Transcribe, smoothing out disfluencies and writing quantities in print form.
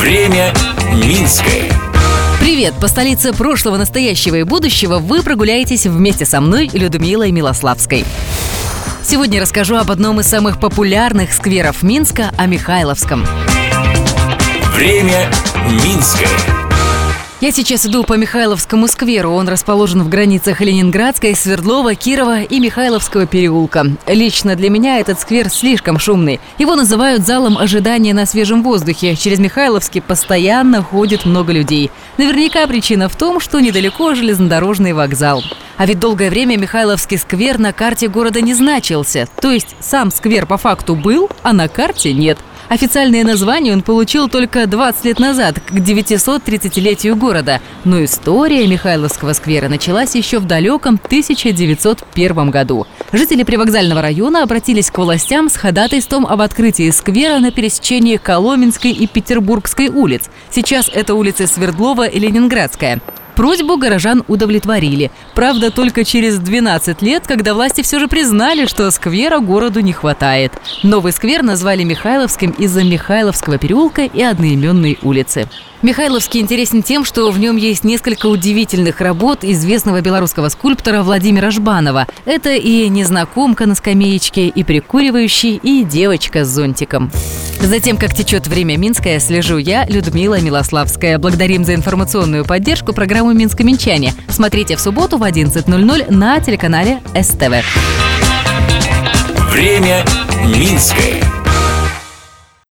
Время Минское. Привет! По столице прошлого, настоящего и будущего вы прогуляетесь вместе со мной, Людмилой Милославской. Сегодня расскажу об одном из самых популярных скверов Минска, о Михайловском. Время Минское. Я сейчас иду по Михайловскому скверу. Он расположен в границах Ленинградской, Свердлова, Кирова и Михайловского переулка. Лично для меня этот сквер слишком шумный. Его называют залом ожидания на свежем воздухе. Через Михайловский постоянно ходит много людей. Наверняка причина в том, что недалеко железнодорожный вокзал. А ведь долгое время Михайловский сквер на карте города не значился. То есть сам сквер по факту был, а на карте нет. Официальное название он получил только 20 лет назад, к 930-летию города. Но история Михайловского сквера началась еще в далеком 1901 году. Жители привокзального района обратились к властям с ходатайством об открытии сквера на пересечении Коломенской и Петербургской улиц. Сейчас это улицы Свердлова и Ленинградская. Просьбу горожан удовлетворили. Правда, только через 12 лет, когда власти все же признали, что сквера городу не хватает. Новый сквер назвали Михайловским из-за Михайловского переулка и одноименной улицы. Михайловский интересен тем, что в нем есть несколько удивительных работ известного белорусского скульптора Владимира Жбанова. Это и незнакомка на скамеечке, и прикуривающий, и девочка с зонтиком. За тем, как течет время Минское, слежу я, Людмила Милославская. Благодарим за информационную поддержку программы «Минско-Минчане». Смотрите в субботу в 11:00 на телеканале СТВ. Время Минское.